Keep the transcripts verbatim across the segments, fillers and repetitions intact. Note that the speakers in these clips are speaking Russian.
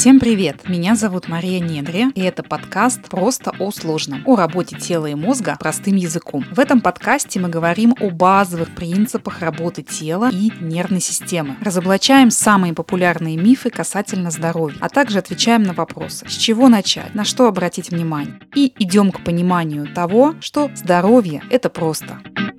Всем привет! Меня зовут Мария Недре, и это подкаст «Просто о сложном», о работе тела и мозга простым языком. В этом подкасте мы говорим о базовых принципах работы тела и нервной системы, разоблачаем самые популярные мифы касательно здоровья, а также отвечаем на вопросы, с чего начать, на что обратить внимание, и идем к пониманию того, что здоровье – это просто.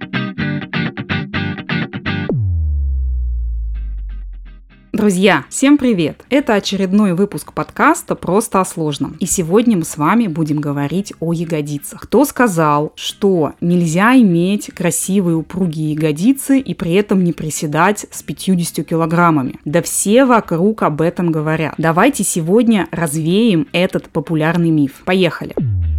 Друзья, всем привет! Это очередной выпуск подкаста «Просто о сложном». И сегодня мы с вами будем говорить о ягодицах. Кто сказал, что нельзя иметь красивые упругие ягодицы и при этом не приседать с пятьюдесятью килограммами? Да все вокруг об этом говорят. Давайте сегодня развеем этот популярный миф. Поехали!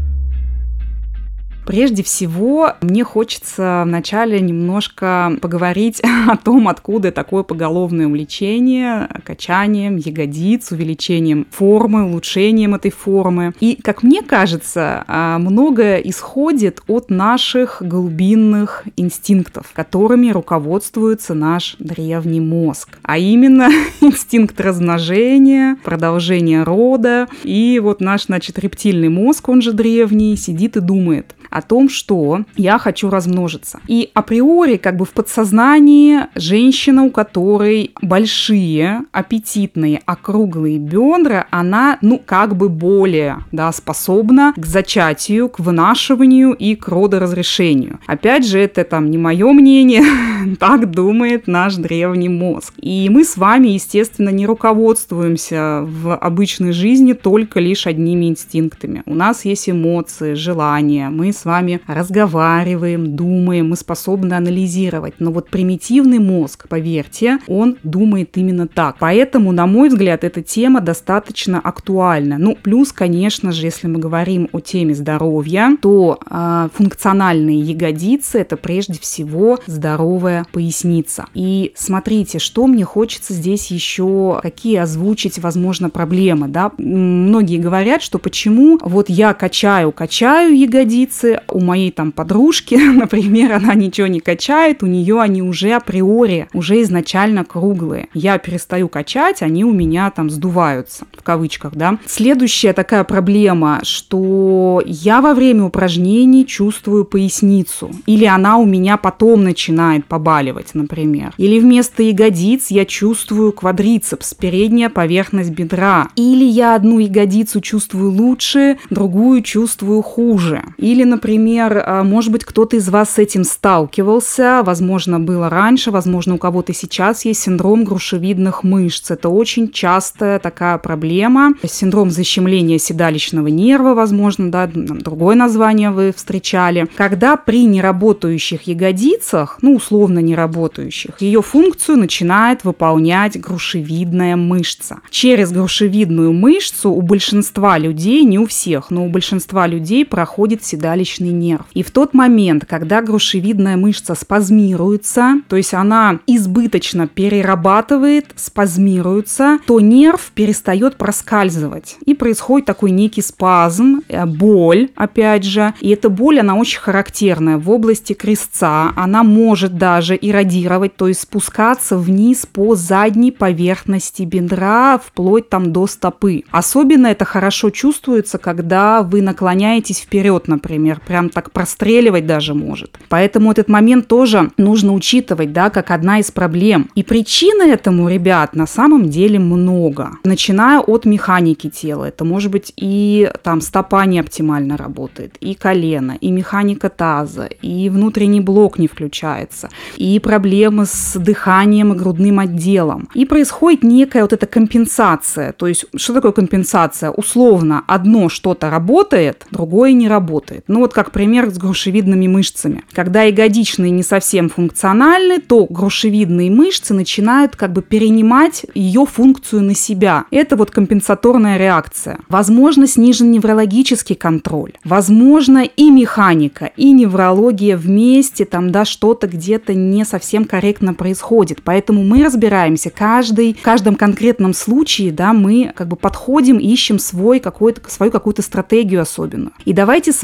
Прежде всего, мне хочется вначале немножко поговорить о том, откуда такое поголовное увлечение качанием ягодиц, увеличением формы, улучшением этой формы. И, как мне кажется, многое исходит от наших глубинных инстинктов, которыми руководствуется наш древний мозг. А именно инстинкт размножения, продолжения рода. И вот наш, значит, рептильный мозг, он же древний, сидит и думает о том, что я хочу размножиться. И априори, как бы в подсознании, женщина, у которой большие, аппетитные, округлые бедра, она, ну, как бы более, да, способна к зачатию, к вынашиванию и к родоразрешению. Опять же, это там не мое мнение, так думает наш древний мозг. И мы с вами, естественно, не руководствуемся в обычной жизни только лишь одними инстинктами. У нас есть эмоции, желания, мы с вами разговариваем, думаем, мы способны анализировать. Но вот примитивный мозг, поверьте, он думает именно так. Поэтому, на мой взгляд, эта тема достаточно актуальна. Ну, плюс, конечно же, если мы говорим о теме здоровья, то э, функциональные ягодицы – это прежде всего здоровая поясница. И смотрите, что мне хочется здесь еще, какие озвучить, возможно, проблемы. Да? Многие говорят, что почему вот я качаю, качаю ягодицы, у моей там подружки, например, она ничего не качает, у нее они уже априори, уже изначально круглые. Я перестаю качать, они у меня там сдуваются, в кавычках, да. Следующая такая проблема, что я во время упражнений чувствую поясницу, или она у меня потом начинает побаливать, например. Или вместо ягодиц я чувствую квадрицепс, передняя поверхность бедра. Или я одну ягодицу чувствую лучше, другую чувствую хуже. Или, например, может быть, кто-то из вас с этим сталкивался, возможно, было раньше, возможно, у кого-то сейчас есть синдром грушевидных мышц. Это очень частая такая проблема. Синдром защемления седалищного нерва, возможно, да, другое название вы встречали. Когда при неработающих ягодицах, ну, условно неработающих, ее функцию начинает выполнять грушевидная мышца. Через грушевидную мышцу у большинства людей, не у всех, но у большинства людей проходит седалищный нерв. И в тот момент, когда грушевидная мышца спазмируется, то есть она избыточно перерабатывает, спазмируется, то нерв перестает проскальзывать. И происходит такой некий спазм, боль, опять же. И эта боль, она очень характерная в области крестца. Она может даже эродировать, то есть спускаться вниз по задней поверхности бедра, вплоть там до стопы. Особенно это хорошо чувствуется, когда вы наклоняетесь вперед, например, прям так простреливать даже может. Поэтому этот момент тоже нужно учитывать, да, как одна из проблем. И причин этому, ребят, на самом деле много. Начиная от механики тела. Это может быть и там стопа не оптимально работает, и колено, и механика таза, и внутренний блок не включается, и проблемы с дыханием и грудным отделом. И происходит некая вот эта компенсация. То есть, что такое компенсация? Условно, одно что-то работает, другое не работает. Ну вот как пример с грушевидными мышцами. Когда ягодичные не совсем функциональны, то грушевидные мышцы начинают как бы перенимать ее функцию на себя. Это вот компенсаторная реакция. Возможно, снижен неврологический контроль. Возможно, и механика, и неврология вместе, там, да, что-то где-то не совсем корректно происходит. Поэтому мы разбираемся каждый, в каждом конкретном случае, да, мы как бы подходим, ищем свой какой-то, свою какую-то стратегию особенную. И давайте с вами обратимся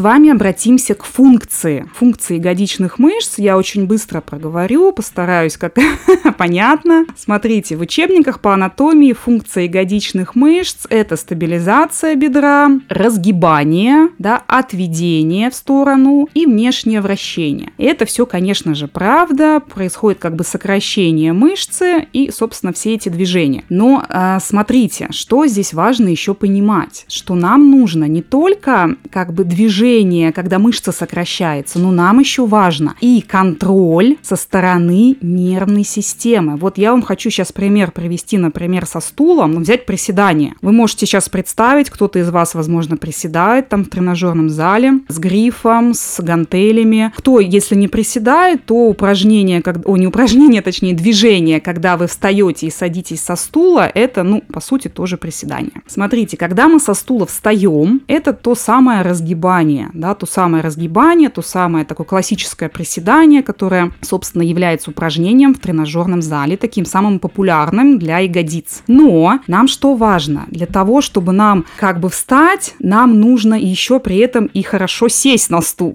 обратимся к функции. Функции ягодичных мышц я очень быстро проговорю, постараюсь, как понятно. Смотрите, в учебниках по анатомии функция ягодичных мышц – это стабилизация бедра, разгибание, да, отведение в сторону и внешнее вращение. И это все, конечно же, правда. Происходит как бы сокращение мышцы и, собственно, все эти движения. Но э, смотрите, что здесь важно еще понимать, что нам нужно не только как бы движение, когда мышца сокращается, но нам еще важно и контроль со стороны нервной системы. Вот я вам хочу сейчас пример привести, например, со стулом, взять приседание. Вы можете сейчас представить, кто-то из вас, возможно, приседает там в тренажерном зале с грифом, с гантелями. Кто, если не приседает, то упражнение, как, о, не упражнение, точнее, движение, когда вы встаете и садитесь со стула, это, ну, по сути, тоже приседание. Смотрите, когда мы со стула встаем, это то самое разгибание, да, то самое разгибание, то самое такое классическое приседание, которое, собственно, является упражнением в тренажерном зале, таким самым популярным для ягодиц. Но нам что важно? Для того, чтобы нам как бы встать, нам нужно еще при этом и хорошо сесть на стул.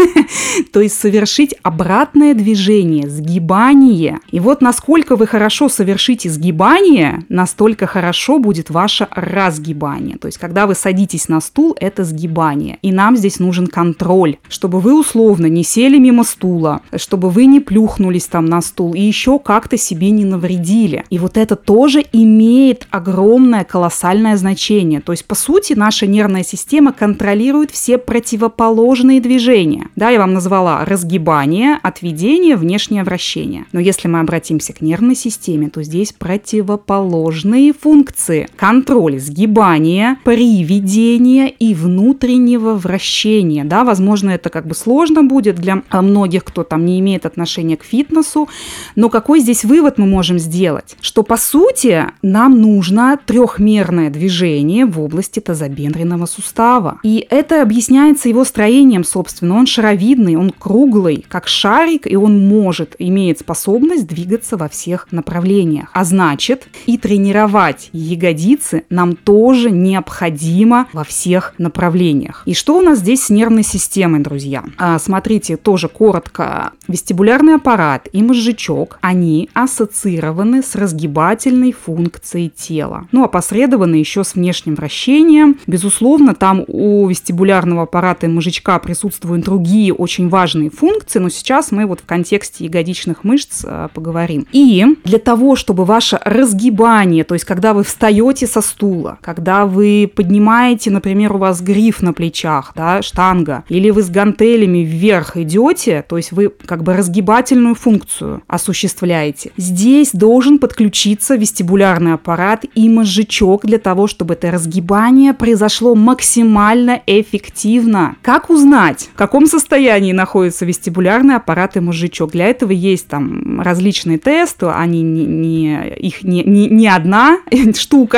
То есть совершить обратное движение, сгибание. И вот насколько вы хорошо совершите сгибание, настолько хорошо будет ваше разгибание. То есть когда вы садитесь на стул, это сгибание. И нам здесь нужен контроль, чтобы вы условно не сели мимо стула, чтобы вы не плюхнулись там на стул и еще как-то себе не навредили. И вот это тоже имеет огромное, колоссальное значение. То есть, по сути, наша нервная система контролирует все противоположные движения. Да, я вам назвала разгибание, отведение, внешнее вращение. Но если мы обратимся к нервной системе, то здесь противоположные функции. Контроль сгибания, приведения и внутреннего вращения. Да, возможно, это как бы сложно будет для многих, кто там не имеет отношения к фитнесу. Но какой здесь вывод мы можем сделать? Что, по сути, нам нужно трехмерное движение в области тазобедренного сустава. И это объясняется его строением, собственно. Он шаровидный, он круглый, как шарик, и он может, имеет способность двигаться во всех направлениях. А значит, и тренировать ягодицы нам тоже необходимо во всех направлениях. И что у нас здесь с нервной системой, друзья? А, смотрите, тоже коротко. Вестибулярный аппарат и мозжечок, они ассоциированы с разгибательной функцией тела. Ну, опосредованно еще с внешним вращением. Безусловно, там у вестибулярного аппарата и мозжечка присутствуют другие очень важные функции, но сейчас мы вот в контексте ягодичных мышц а, поговорим. И для того, чтобы ваше разгибание, то есть когда вы встаете со стула, когда вы поднимаете, например, у вас гриф на плечах, да, штанга, или вы с гантелями вверх идете, то есть вы как бы разгибательную функцию осуществляете. Здесь должен подключиться вестибулярный аппарат и мозжечок для того, чтобы это разгибание произошло максимально эффективно. Как узнать, в каком состоянии находится вестибулярный аппарат и мозжечок? Для этого есть там различные тесты, они не, не, их не, не, не одна штука,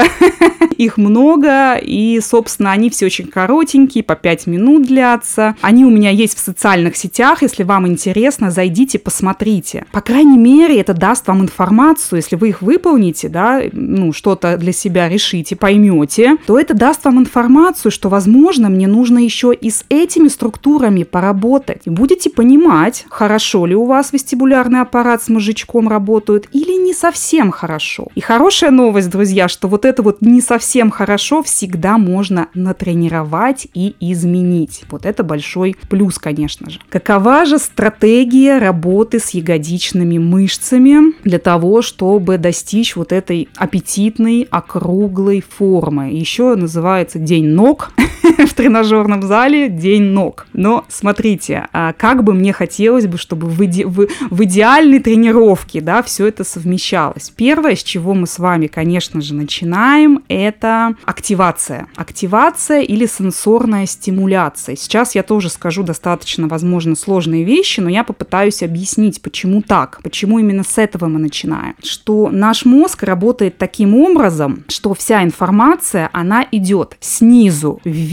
их много, и, собственно, они все очень коротенькие, по пять минут длятся. Они у меня есть в социальных сетях, если вам интересно, зайдите, посмотрите. По крайней мере, это даст вам информацию, если вы их выполните, да, ну, что-то для себя решите, поймете, то это даст вам информацию, что, возможно, мне нужно еще и с этими структурами поработать. И будете понимать, хорошо ли у вас вестибулярный аппарат с мозжечком работает или не совсем хорошо. И хорошая новость, друзья, что вот это вот не совсем хорошо всегда можно натренировать и изменить. Вот это большой плюс, конечно же. Какова же стратегия работы с ягодичными мышцами для того, чтобы достичь вот этой аппетитной, округлой формы? Еще называется день ног в тренажерном зале, день ног. Но смотрите, как бы мне хотелось бы, чтобы в, иде- в, в идеальной тренировке, да, все это совмещалось. Первое, с чего мы с вами, конечно же, начинаем, это активация. Активация или сенсорная стимуляция. Сейчас я тоже скажу достаточно, возможно, сложные вещи, но я попытаюсь объяснить, почему так, почему именно с этого мы начинаем. Что наш мозг работает таким образом, что вся информация, она идет снизу вверх,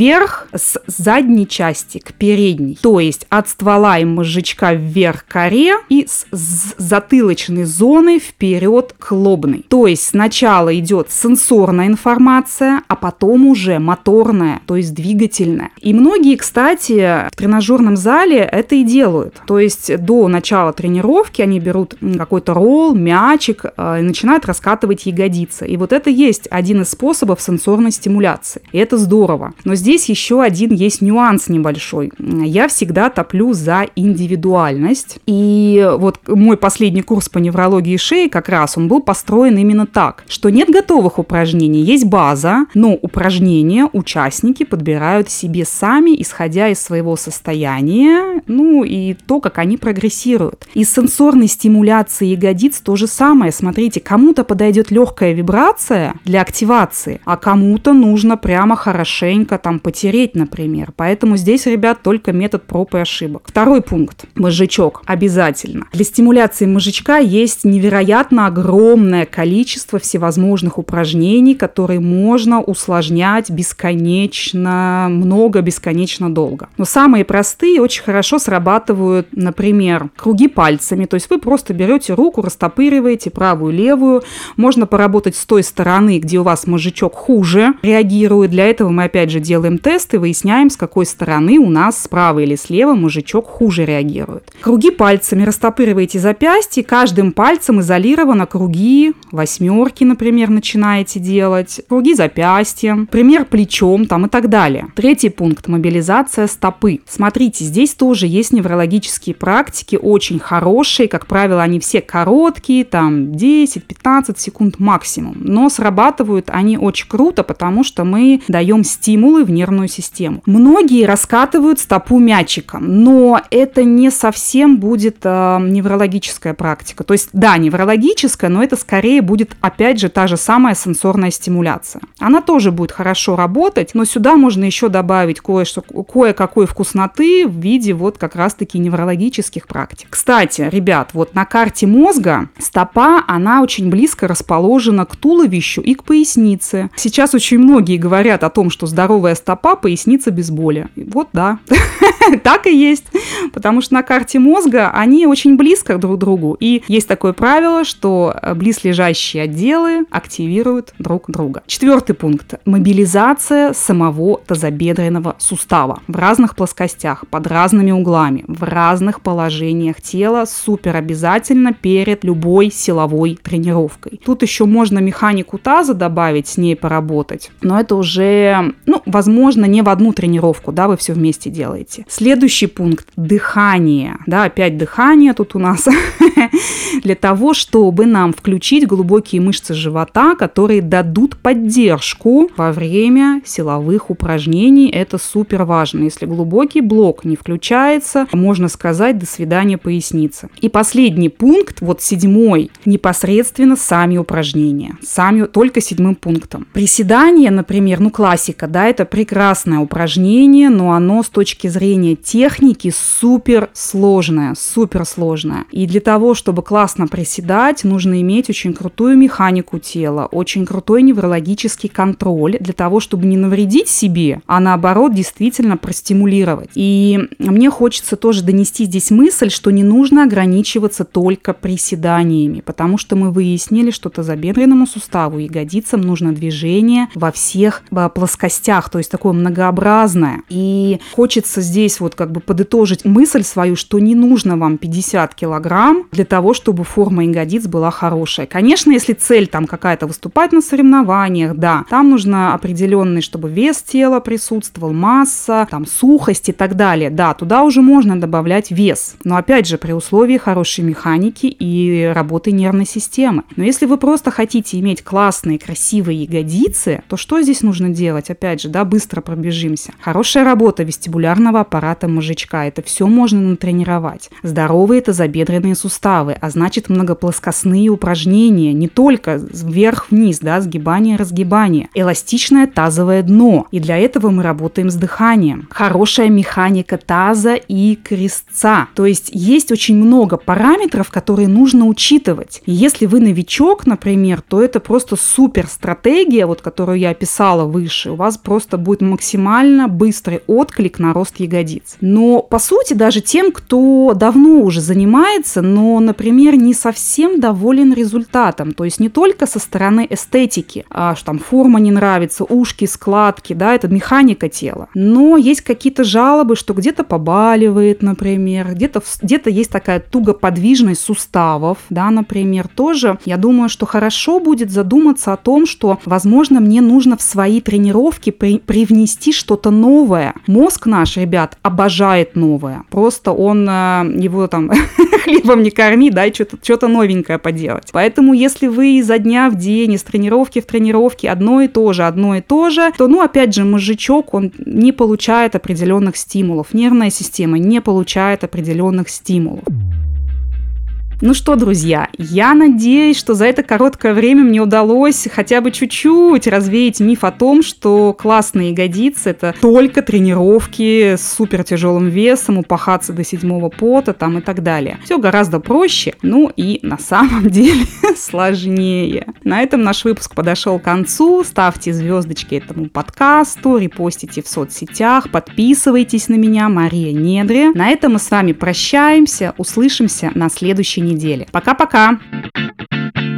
вверх с задней части к передней. То есть от ствола и мозжечка вверх к коре и с затылочной зоны вперед к лобной. То есть сначала идет сенсорная информация, а потом уже моторная, то есть двигательная. И многие, кстати, в тренажерном зале это и делают. То есть до начала тренировки они берут какой-то ролл, мячик и начинают раскатывать ягодицы. И вот это есть один из способов сенсорной стимуляции. И это здорово. Но здесь еще один есть нюанс небольшой. Я всегда топлю за индивидуальность. И вот мой последний курс по неврологии шеи как раз он был построен именно так, что нет готовых упражнений, есть база, но упражнения участники подбирают себе сами, исходя из своего состояния, ну и то, как они прогрессируют. И с сенсорной стимуляцией ягодиц то же самое. Смотрите, кому-то подойдет легкая вибрация для активации, а кому-то нужно прямо хорошенько там потереть, например. Поэтому здесь, ребят, только метод проб и ошибок. Второй пункт. Мозжечок. Обязательно. Для стимуляции мозжечка есть невероятно огромное количество всевозможных упражнений, которые можно усложнять бесконечно много, бесконечно долго. Но самые простые очень хорошо срабатывают, например, круги пальцами. То есть вы просто берете руку, растопыриваете правую, левую. Можно поработать с той стороны, где у вас мозжечок хуже реагирует. Для этого мы опять же делаем тест и выясняем, с какой стороны у нас справа или слева мозжечок хуже реагирует. Круги пальцами растопыриваете запястье, каждым пальцем изолированно круги, восьмерки, например, начинаете делать, круги запястья, например, плечом там и так далее. Третий пункт – мобилизация стопы. Смотрите, здесь тоже есть неврологические практики, очень хорошие, как правило, они все короткие, там десять-пятнадцать секунд максимум, но срабатывают они очень круто, потому что мы даем стимулы в нервную систему. Многие раскатывают стопу мячиком, но это не совсем будет э, неврологическая практика. То есть, да, неврологическая, но это скорее будет, опять же, та же самая сенсорная стимуляция. Она тоже будет хорошо работать, но сюда можно еще добавить кое-что, кое-какой вкусноты в виде вот как раз-таки неврологических практик. Кстати, ребят, вот на карте мозга стопа, она очень близко расположена к туловищу и к пояснице. Сейчас очень многие говорят о том, что здоровая стопа, поясница без боли. Вот да, так и есть, потому что на карте мозга они очень близко друг к другу. И есть такое правило, что близлежащие отделы активируют друг друга. Четвертый пункт. Мобилизация самого тазобедренного сустава в разных плоскостях, под разными углами, в разных положениях тела. Супер обязательно перед любой силовой тренировкой. Тут еще можно механику таза добавить, с ней поработать, но это уже, ну, возможно, не в одну тренировку, да, вы все вместе делаете. Следующий пункт – дыхание. Да, опять дыхание тут у нас для того, чтобы нам включить глубокие мышцы живота, которые дадут поддержку во время силовых упражнений. Это супер важно. Если глубокий блок не включается, можно сказать «до свидания, поясница». И последний пункт, вот седьмой, непосредственно сами упражнения. Сами, только седьмым пунктом. Приседание, например, ну классика, да, это прекрасное упражнение, но оно с точки зрения техники супер сложное, супер сложное. И для того, чтобы классно приседать, нужно иметь очень крутую механику тела, очень крутой неврологический контроль для того, чтобы не навредить себе, а наоборот действительно простимулировать. И мне хочется тоже донести здесь мысль, что не нужно ограничиваться только приседаниями, потому что мы выяснили, что тазобедренному суставу, ягодицам нужно движение во всех плоскостях, то есть такое многообразное. И хочется здесь вот как бы подытожить мысль свою, что не нужно вам пятьдесят килограмм для того, чтобы форма ягодиц была хорошая. Конечно, если цель там какая-то выступать на соревнованиях, да, там нужно определенный, чтобы вес тела присутствовал, масса, там сухость и так далее. Да, туда уже можно добавлять вес, но опять же при условии хорошей механики и работы нервной системы. Но если вы просто хотите иметь классные, красивые ягодицы, то что здесь нужно делать? Опять же, да, быстро пробежимся. Хорошая работа вестибулярного аппарата мозжечка. Это все можно натренировать. Здоровые тазобедренные суставы, а значит многоплоскостные упражнения, не только вверх-вниз, да, сгибание-разгибание. Эластичное тазовое дно. И для этого мы работаем с дыханием. Хорошая механика таза и крестца. То есть есть очень много параметров, которые нужно учитывать. И если вы новичок, например, то это просто супер стратегия, вот которую я описала выше. У вас просто будет будет максимально быстрый отклик на рост ягодиц. Но, по сути, даже тем, кто давно уже занимается, но, например, не совсем доволен результатом, то есть не только со стороны эстетики, а что там форма не нравится, ушки, складки, да, это механика тела, но есть какие-то жалобы, что где-то побаливает, например, где-то, где-то есть такая тугоподвижность суставов, да, например, тоже. Я думаю, что хорошо будет задуматься о том, что, возможно, мне нужно в свои тренировки при, привнести что-то новое. Мозг наш, ребят, обожает новое. Просто он, его там хлебом не корми, дай что-то, что-то новенькое поделать. Поэтому, если вы изо дня в день, из тренировки в тренировке одно и то же, одно и то же, то, ну, опять же, мозжечок, он не получает определенных стимулов. Нервная система не получает определенных стимулов. Ну что, друзья, я надеюсь, что за это короткое время мне удалось хотя бы чуть-чуть развеять миф о том, что классные ягодицы – это только тренировки с супер тяжелым весом, упахаться до седьмого пота там и так далее. Все гораздо проще, ну и на самом деле сложнее. На этом наш выпуск подошел к концу. Ставьте звездочки этому подкасту, репостите в соцсетях, подписывайтесь на меня, Мария Недре. На этом мы с вами прощаемся, услышимся на следующей неделе. Пока-пока!